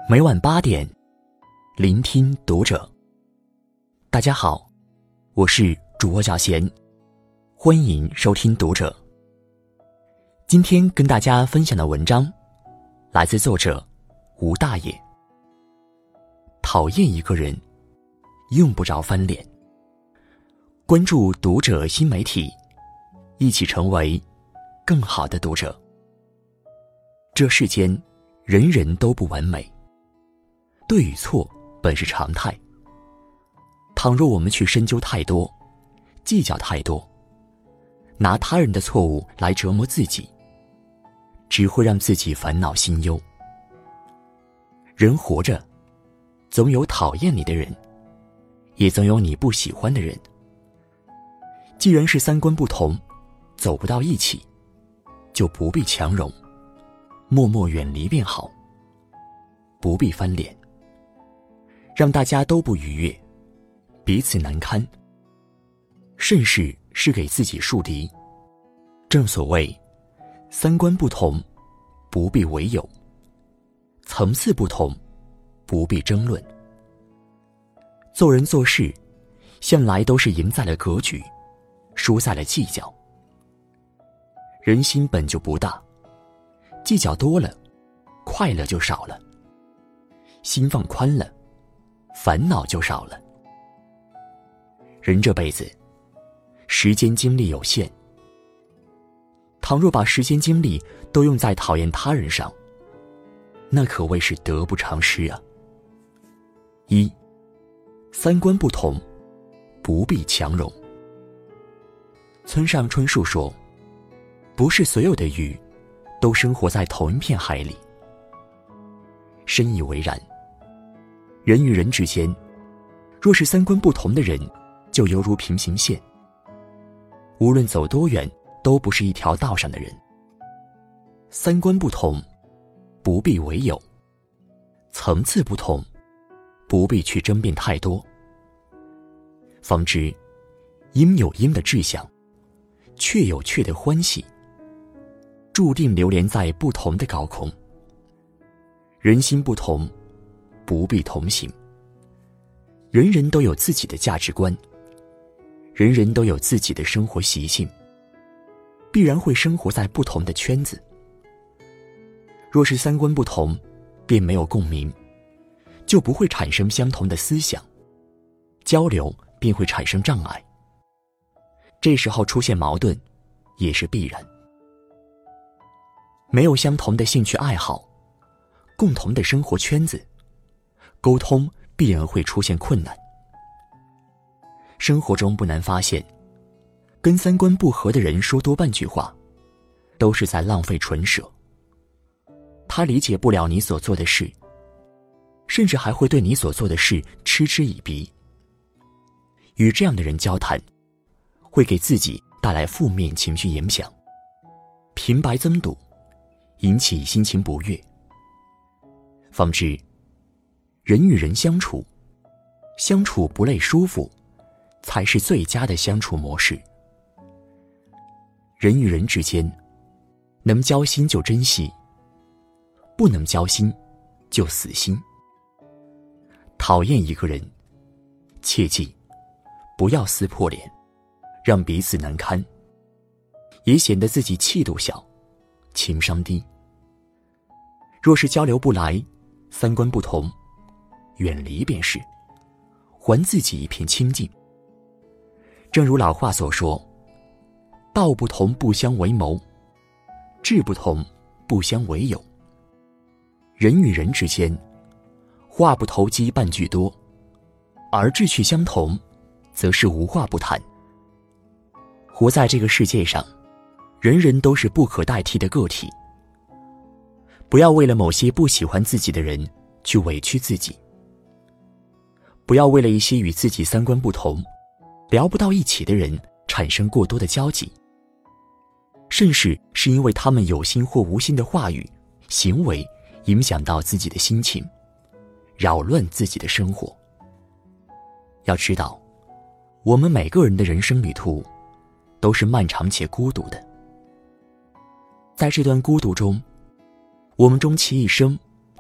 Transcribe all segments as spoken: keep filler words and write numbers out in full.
每晚八点，聆听读者。大家好，我是主播小贤，欢迎收听读者。今天跟大家分享的文章来自作者吴大爷。讨厌一个人，用不着翻脸。关注读者新媒体，一起成为更好的读者。这世间人人都不完美，对与错本是常态。倘若我们去深究太多，计较太多，拿他人的错误来折磨自己，只会让自己烦恼心忧。人活着，总有讨厌你的人，也总有你不喜欢的人。既然是三观不同，走不到一起，就不必强融，默默远离便好，不必翻脸，让大家都不愉悦，彼此难堪。甚事是给自己树敌。正所谓，三观不同，不必为友；层次不同，不必争论。做人做事，向来都是赢在了格局，输在了计较。人心本就不大，计较多了，快乐就少了；心放宽了，烦恼就少了。人这辈子，时间精力有限，倘若把时间精力都用在讨厌他人上，那可谓是得不偿失啊。一，三观不同，不必强融。村上春树说，不是所有的鱼都生活在同一片海里。深以为然。人与人之间，若是三观不同的人，就犹如平行线，无论走多远，都不是一条道上的人。三观不同，不必为友；层次不同，不必去争辩太多。方知应有应的志向，却有却的欢喜，注定流连在不同的高空。人心不同，不必同行。人人都有自己的价值观，人人都有自己的生活习性，必然会生活在不同的圈子。若是三观不同，便没有共鸣，就不会产生相同的思想，交流便会产生障碍。这时候出现矛盾，也是必然。没有相同的兴趣爱好，共同的生活圈子，沟通必然会出现困难。生活中不难发现，跟三观不合的人说多半句话，都是在浪费唇舌。他理解不了你所做的事，甚至还会对你所做的事嗤之以鼻。与这样的人交谈，会给自己带来负面情绪影响，平白增堵，引起心情不悦。方知人与人相处，相处不累舒服，才是最佳的相处模式。人与人之间，能交心就珍惜，不能交心就死心。讨厌一个人，切记不要撕破脸，让彼此难堪，也显得自己气度小，情商低。若是交流不来，三观不同，远离便是，还自己一片清净。正如老话所说，道不同不相为谋，志不同不相为友。人与人之间，话不投机半句多，而志趣相同，则是无话不谈。活在这个世界上，人人都是不可代替的个体。不要为了某些不喜欢自己的人去委屈自己，不要为了一些与自己三观不同，聊不到一起的人产生过多的交集。甚至是因为他们有心或无心的话语、行为影响到自己的心情，扰乱自己的生活。要知道，我们每个人的人生旅途都是漫长且孤独的。在这段孤独中，我们终其一生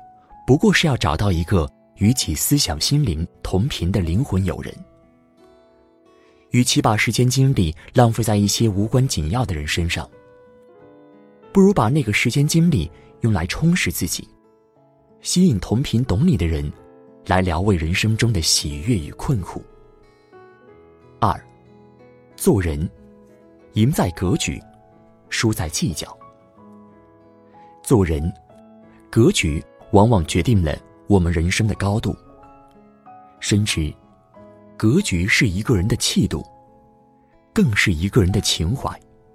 不过是要找到一个与其思想心灵同频的灵魂友人。与其把时间精力浪费在一些无关紧要的人身上，不如把那个时间精力用来充实自己，吸引同频懂你的人，来疗慰人生中的喜悦与困苦。二，做人，赢在格局，输在计较。做人，格局往往决定了我们人生的高度。深知，格局是一个人的气度，更是一个人的情怀。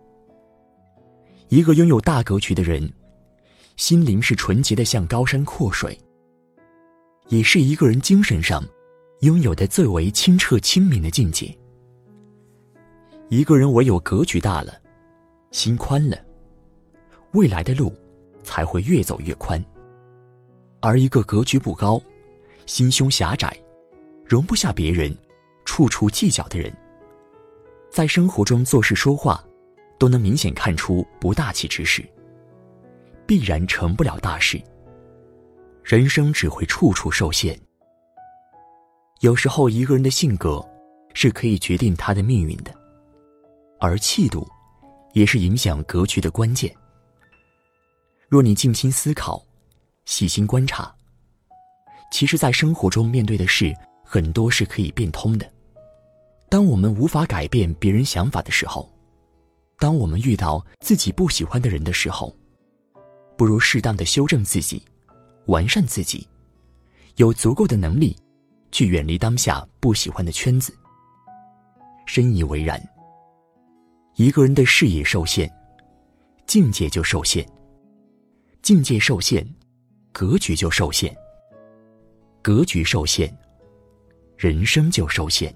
一个拥有大格局的人，心灵是纯洁的像高山阔水，也是一个人精神上拥有的最为清澈清明的境界。一个人唯有格局大了，心宽了，未来的路才会越走越宽。而一个格局不高，心胸狭窄，容不下别人，处处计较的人，在生活中做事说话都能明显看出不大气之事，必然成不了大事，人生只会处处受限。有时候一个人的性格是可以决定他的命运的，而气度也是影响格局的关键。若你静心思考，细心观察，其实在生活中面对的事很多是可以变通的。当我们无法改变别人想法的时候，当我们遇到自己不喜欢的人的时候，不如适当的修正自己，完善自己，有足够的能力去远离当下不喜欢的圈子。深以为然。一个人的视野受限，境界就受限；境界受限，格局就受限；格局受限，人生就受限。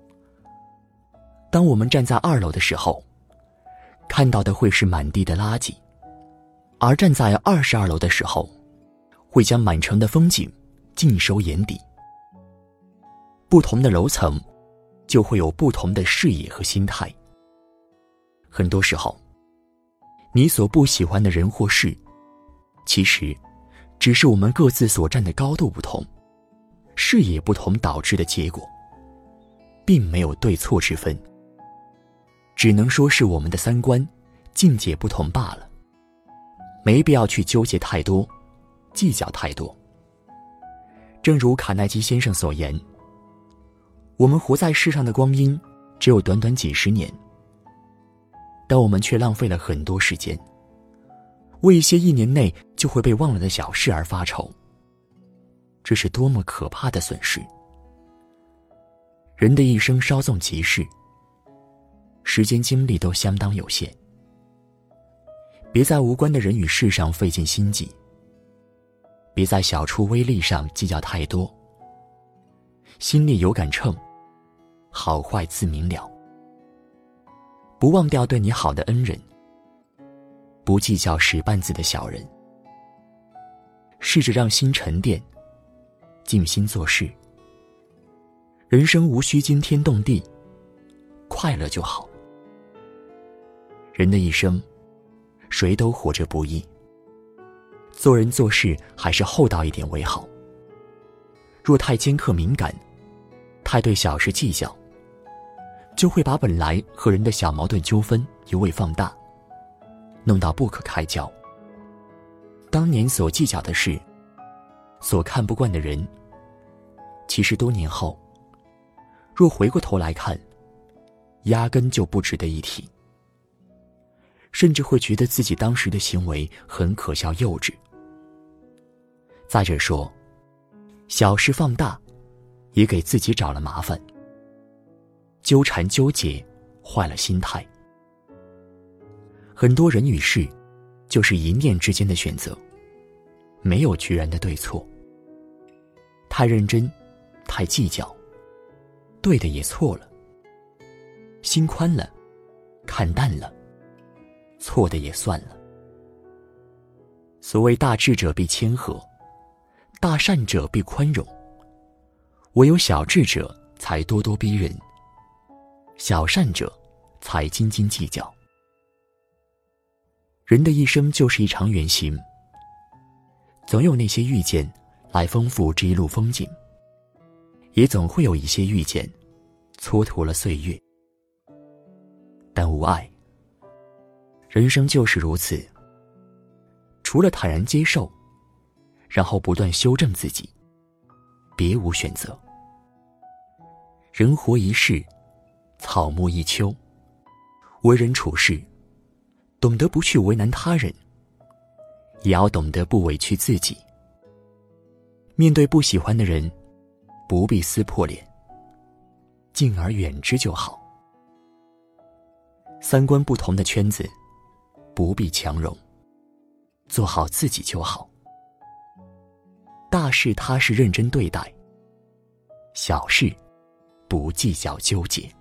当我们站在二楼的时候，看到的会是满地的垃圾，而站在二十二楼的时候，会将满城的风景尽收眼底。不同的楼层，就会有不同的视野和心态。很多时候，你所不喜欢的人或事，其实只是我们各自所站的高度不同，视野不同导致的结果，并没有对错之分，只能说是我们的三观境界不同罢了，没必要去纠结太多，计较太多。正如卡耐基先生所言，我们活在世上的光阴只有短短几十年，但我们却浪费了很多时间，为一些一年内就会被忘了的小事而发愁，这是多么可怕的损失。人的一生稍纵即逝，时间精力都相当有限，别在无关的人与事上费尽心计，别在小处微利上计较太多，心里有杆秤，好坏自明了。不忘掉对你好的恩人，不计较使绊子的小人，试着让心沉淀，静心做事。人生无需惊天动地，快乐就好。人的一生，谁都活着不易，做人做事还是厚道一点为好。若太尖刻敏感，太对小事计较，就会把本来和人的小矛盾纠纷一味放大，弄到不可开交。当年所计较的事，所看不惯的人，其实多年后，若回过头来看，压根就不值得一提，甚至会觉得自己当时的行为很可笑幼稚。再者说，小事放大，也给自己找了麻烦，纠缠纠结，坏了心态。很多人与事，就是一念之间的选择，没有决然的对错。太认真，太计较，对的也错了；心宽了，看淡了，错的也算了。所谓大智者必谦和，大善者必宽容，唯有小智者才咄咄逼人，小善者才斤斤计较。人的一生就是一场远行，总有那些遇见来丰富这一路风景，也总会有一些遇见蹉跎了岁月。但无碍，人生就是如此，除了坦然接受，然后不断修正自己，别无选择。人活一世，草木一秋，为人处事，懂得不去为难他人，也要懂得不委屈自己。面对不喜欢的人，不必撕破脸，敬而远之就好。三观不同的圈子，不必强融，做好自己就好。大事踏实认真对待，小事不计较纠结。